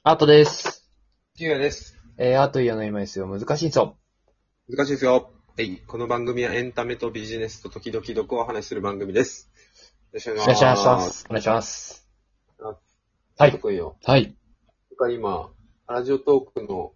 アートです。 キュウです。 アートイヤの今ですよ。難しいんですよ。 難しいですよ。はい。この番組はエンタメとビジネスと時々どこをお話しする番組です。よろしくお願いしよろしくお願いしまます。 す。お願いします。はあとい。 くんよ。 はい。 今、ラジオトークの、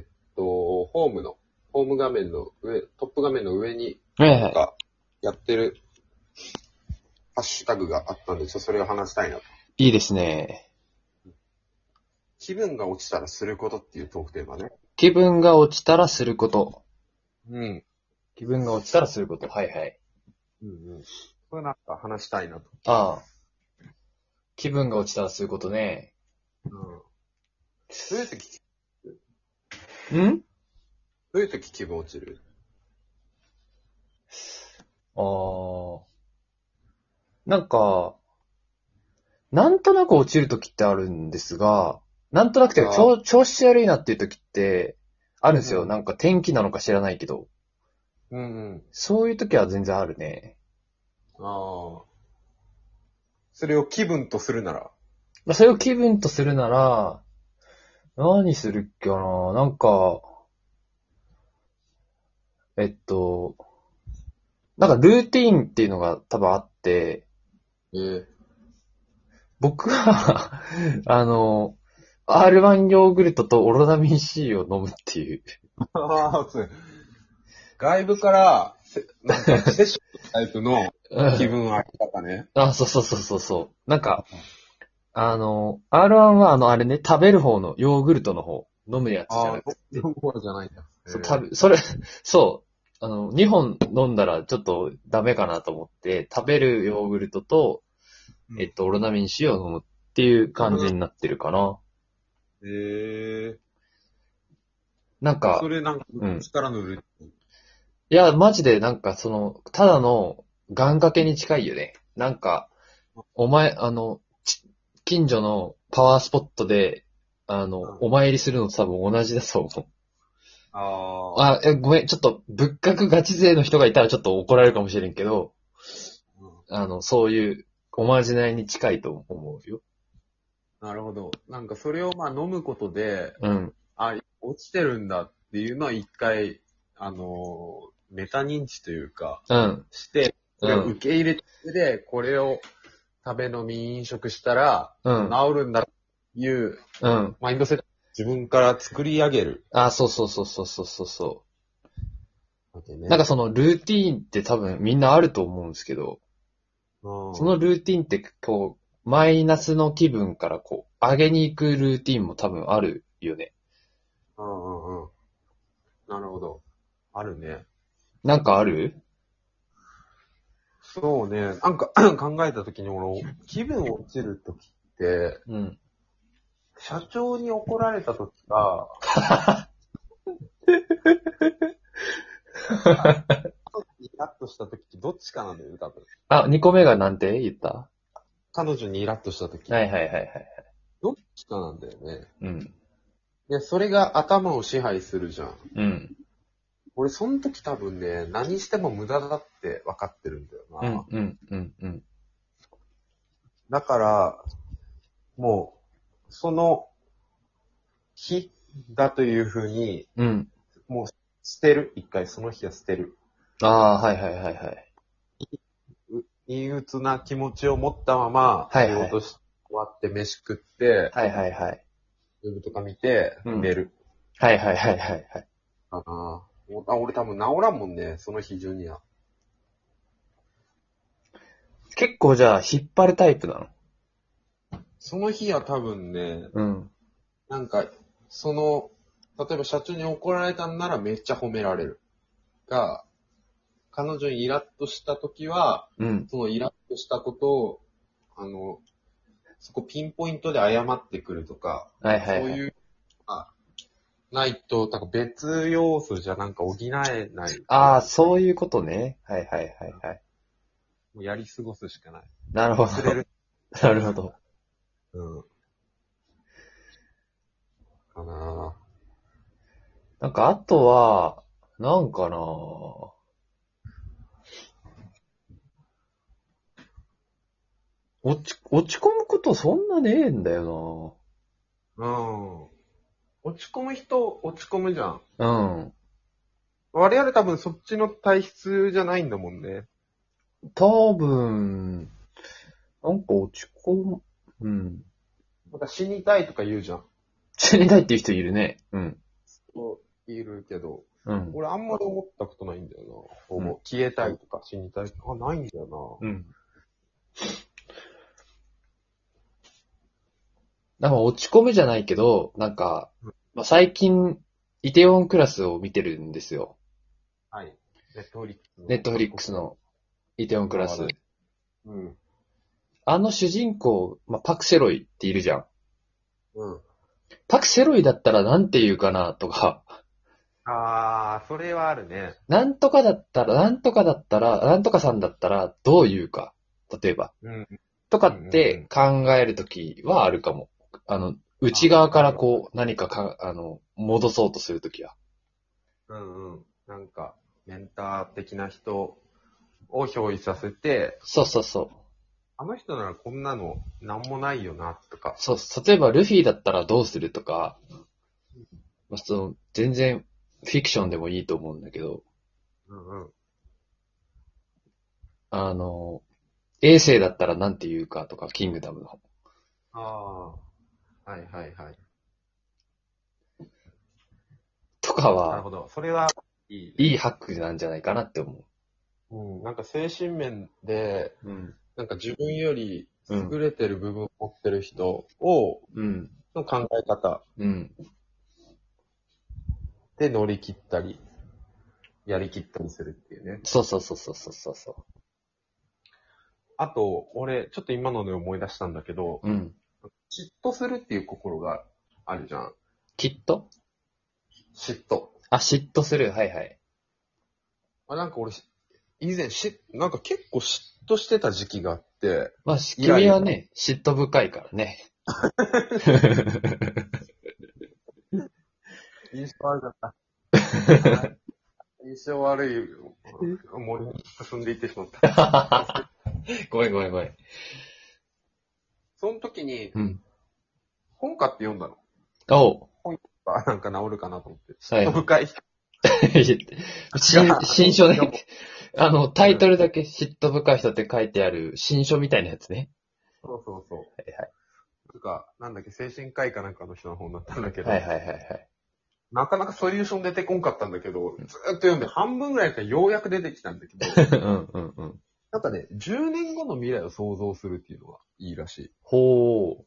ホーム画面の上、トップ画面の上に、 はいはい。 なんか、やってるハッシュタグがあったんで、それを話したいなと。 いいですね。 気分が落ちたらすることっていうトークテーマね。 気分が落ちたらすること。 うん。 気分が落ちたらすること。はいはい。 うんうん。これなんか話したいなと。 ああ。気分が落ちたらすることね。 うん。どういう時、 んどういう時気分落ちる？ ああ。なんか、なんとなく落ちる時ってあるんですが、なんとなくてああ。 調子悪いなっていう時ってあるんですよ。 うん。 なんか天気なのか知らないけど。 うんうん。 そういう時は全然あるね。 ああ。それを気分とするなら。 それを気分とするなら、何するっけな。なんか、えっと、なんかルーティーンっていうのが多分あって、 ええ。 僕はR1 ヨーグルトとオロナミン C を飲むっていう。 ああ、そう。外部からなんか、摂取タイプの気分上げ方ね。 あ、そうそうそうそうそう。なんか、R1 はあれね、食べる方のヨーグルトの方、飲むやつじゃああ、 なくて、 ノンコーラじゃないんだ。 そう、それ、そう、2本飲んだらちょっとダメかなと思って、食べるヨーグルトと、 うん。 オロナミン C を飲むっていう感じになってるかな。 ええ。 なんか、 それなんか、 うん。 力のルーティン。 いや、マジでなんかただの願掛けに近いよね。なんか、お前、近所のパワースポットで、 うん。 お参りするのと多分同じだと思う。 ああ。 ごめん、ちょっと、仏閣ガチ勢の人がいたらちょっと怒られるかもしれんけど、 うん。 そういうおまじないに近いと思うよ。 なるほど。なんかそれをまあ飲むことで、 うん。 あ、落ちてるんだっていうのは一回、メタ認知というか、 うん。 して、それをうん。 受け入れて、で、これを食べ飲み飲食したら、治うん。 るんだっていううん。 マインドセット自分から作り上げるあ、そうそうそうそうそうそうそう。なんかわけね。 そのルーティーンって多分みんなあると思うんですけど、 うそのん。 ルーティーンってこう、マイナスの気分からこう、上げに行くルーティーンも多分あるよね。 うんうんうん。なるほど。あるね。 なんかある？ そうね。なんか考えたときに、俺、気分落ちるときって、 うん。 社長に怒られたときか、イラッとしたときってどっちかなんだよね、多分。 あ、2個目がなんて言った？ 彼女にイラッとしたとき。 はいはいはいはい。 どっちかなんだよね。 うん。 で、それが頭を支配するじゃん。 うん。 俺、その時多分ね、何しても無駄だって分かってるんだよな。 うん。うん。うん。うん。 だから、もう、その日だというふうに、 うん。 もう捨てる。一回その日は捨てる。 ああ、はいはいはいはい。 陰鬱な気持ちを持ったまま、 はいはい。 仕事し終わって飯食って、 はいはいはい。 ウェブとか見て、 うん。 寝る。 はいはいはいはいはい。 かな。俺多分治らんもんね、その日中には。 結構じゃあ引っ張るタイプなの？ その日は多分ね、 うん。 なんか、例えば社長に怒られたんならめっちゃ褒められる。が、彼女にイラッとした時は、 うん。 そのイラッとしたことを、あの、そこピンポイントで謝ってくるとか、 はいはいはい。 そういう、あ、ないと、なんか別要素じゃなんか補えない気ああ、 がする。 そういうことね。はいはいはいはい。 もうやり過ごすしかない。 なるほど。 忘れる。 なるほど。 うん。かな。 なんかあとは、なんかな。落ち込むことそんなねえんだようん。落ち込む人、落ち込むじゃん。 うん。 我々多分そっちの体質じゃないんだもんね。 多分、なんか落ち込む。うん。 なんか死にたいとか言うじゃん。 死にたいっていう人いるね。うん。 そういるけど、 うん。 俺あんまり思ったことないんだよな。ほぼ。消えたいとか死にたいとか、ないんだようん。なんか落ち込むじゃないけど、なんか、まあ、最近、イテウォンクラスを見てるんですよ。 な。はい。ネットフリックスの。 ネットフリックスのイテウォンクラス。 うん。 あの主人公、まあ、パクセロイっているじゃん。 うん。 パクセロイだったらなんて言うかなとか、 あー、それはあるね。 なんとかだったら、なんとかだったら、なんとかさんだったらどう言うか。例えば。 うん。 とかうんうんうってん。 考えるときはあるかも。内側からこう、何かか、戻そうとするときは。 うんうん。なんか、メンター的な人を憑依させて、 そうそうそう。 あの人ならこんなのなんもないよな、とか。 そう、例えばルフィだったらどうするとか、まあ、全然フィクションでもいいと思うんだけど、 うんうん。 あの、衛星だったらなんて言うかとか、キングダムの。 ああ。はいはいはい。 とかは、 なるほど。それはいいね。 いいハックなんじゃないかなって思うん。なんか精神面で、 う。うん。 なんか自分よりうん。 優れてる部分を持ってる人を、 うん。 の考え方うん。 で乗り切ったり、やりきったりするっていうね。 そうそうそうそうそうそあと、俺、ちょっと今ので思い出したんだけど、 う。うん。 嫉妬するっていう心があるじゃん。 きっと嫉妬。 あ、嫉妬する。はいはい。 なんか俺、以前なんか結構嫉妬してた時期があって、 まあ、 イライラ。 君はね、嫉妬深いからね。 印象悪かった。印象悪い森に進んでいってしまった。 ごめんごめんごめん。 その時にうん。 本買って読んだの。 おう。 なんか治るかなと思って。 はい嫉妬深い人新書ね。タイトルだだけ嫉妬深い人って書いてある新書みたいなやつね。 そうそうそう。 はいはい。 なんか、なんだっけ、精神科医かなんかの人の本だったんだけど、 はいはいはいはい。 なかなかソリューション出てこんかったんだけど、ずーっと読んで半分ぐらいからようやく出てきたんだけど、 うんうんうん。 なんかね、10年後の未来を想像するっていうのがいいらしい。 ほ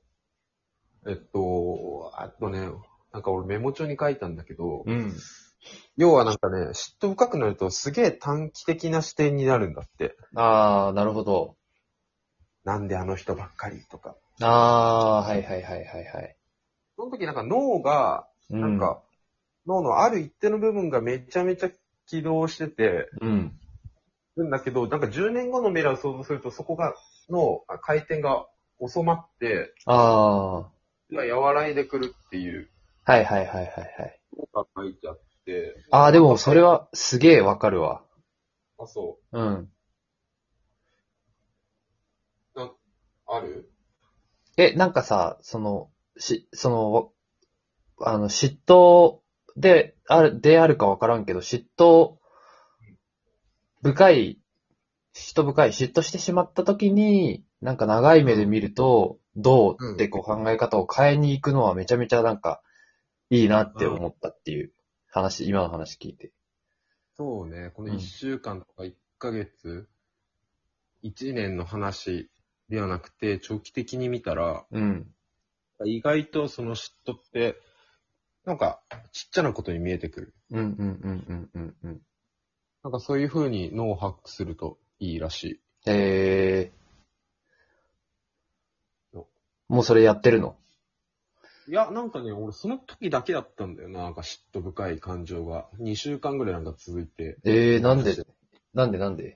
あとね、なんか俺メモ帳に書いたんだけど、 う。うん。 要はなんかね、嫉妬深くなるとすげえ短期的な視点になるんだって。 あー、なるほど。 なんであの人ばっかりとか。 あー、はいはいはいはいはい。 その時なんか脳が、 うん。 なんか、脳のある一定の部分がめちゃめちゃ起動してて、 うん。 んだけど、なんか10年後の未来を想像すると、そこが、回転が収まって、 あー。 和らいでくるっていうはいはいはいはいはい。 のが書いてあって、 あー、でもそれは、 はすげえわかるわ。 あ、そうん。 う。あるなんかさ、嫉妬であるかわからんけど、深い、深い嫉妬してしまった時に、なんか長い目で見ると、どうってこう考え方を変えに行くのはめちゃめちゃなんかいいなってうん。 思ったっていう今の話聞いて。 そうね。この1 うん。 週間とか1ヶ月、1年の話ではなくて、長期的に見たら、 うん。 意外とその嫉妬って、なんか、ちっちゃなことに見えてくる。 うんうんうんうんうんうん。 なんかそういう風に脳をハックするといいらしい。 えもうそれやってるの？ いや、なんかね、俺その時だけだったんだよな。なんか嫉妬深い感情が。2週間ぐらいなんか続いて。 なんでなんで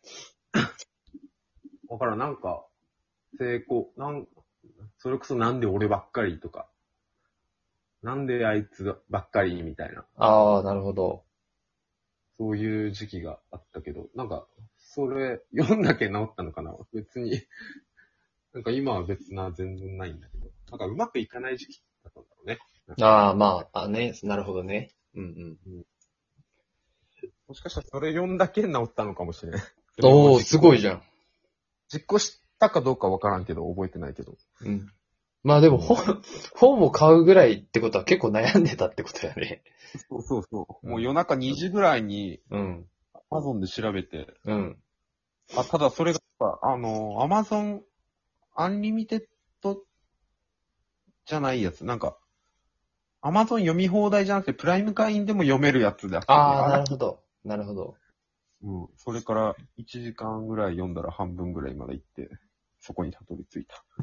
だからんなんか、成功、それこそなんで俺ばっかりとか、なんであいつばっかりみたいな、 ああ、なるほど。 そういう時期があったけど、なんか、それ、読んだけ治ったのかな別に。なんか今は別な全然ないんだけど、なんかうまくいかない時期だっったんだろうね。 ああ、まあ、ね、なるほどね。うんもしかしたらそれ読んだけ治ったのかもしれん。 うん。おー、すごいじゃん。 実行したかどうかわからんけど、覚えてないけど。 うん。まあでも、本を買うぐらいってことは結構悩んでたってことだよね。 そうそうそう。もう夜中2時ぐらいに、 うん。 アマゾンで調べて、 うん。 ただそれが、アマゾンアンリミテッドじゃないやつ。なんか、アマゾン読み放題じゃなくて、プライム会員でも読めるやつであって、 ああ、なるほど。なるほど。 うん。それから1時間ぐらい読んだら半分ぐらいまで行って、そこにたどり着いた。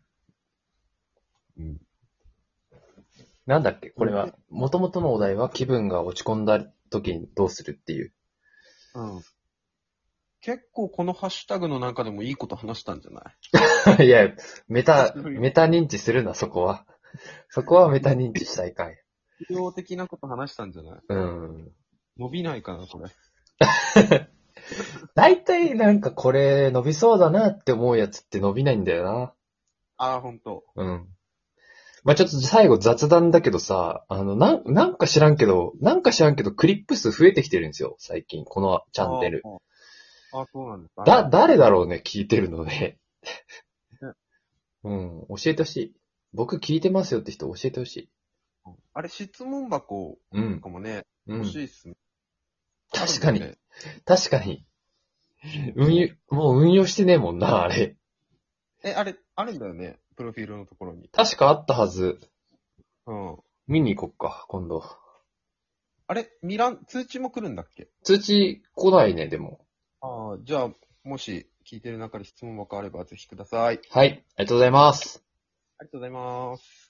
うん。 なんだっけこれは、元々のお題は気分が落ち込んだ時にどうするっていう。 うん。結構このハッシュタグの中でもいいこと話したんじゃない？ いや、メタ認知するな、そこは。そこはメタ認知したいかい。 医療的なこと話したんじゃない？ うん。 伸びないかな、これ。 大体なんかこれ伸びそうだなって思うやつって伸びないんだよな。 ほんと。 うん。まあ、ちょっと最後雑談だけどさ、なんか知らんけど、クリップ数増えてきてるんですよ、最近、このチャンネル。 そうなんですか。 誰だろうね、聞いてるのね。 ねうん、教えてほしい。僕聞いてますよって人教えてほしい。 あれ、質問箱うんとか。もね、 うん。 欲しいっすね。 確かに。 あるんだよね確かに。もう運用してねえもんな、あれ。 あれ、あるんだよね。プロフィールのところに。 確かあったはず。 うん。 見に行こっか、今度。 あれ、通知も来るんだっけ？ 通知来ないね、でも。 じゃあ、もし聞いてる中で質問箱あればぜひください。 はい、ありがとうございます。 ありがとうございます。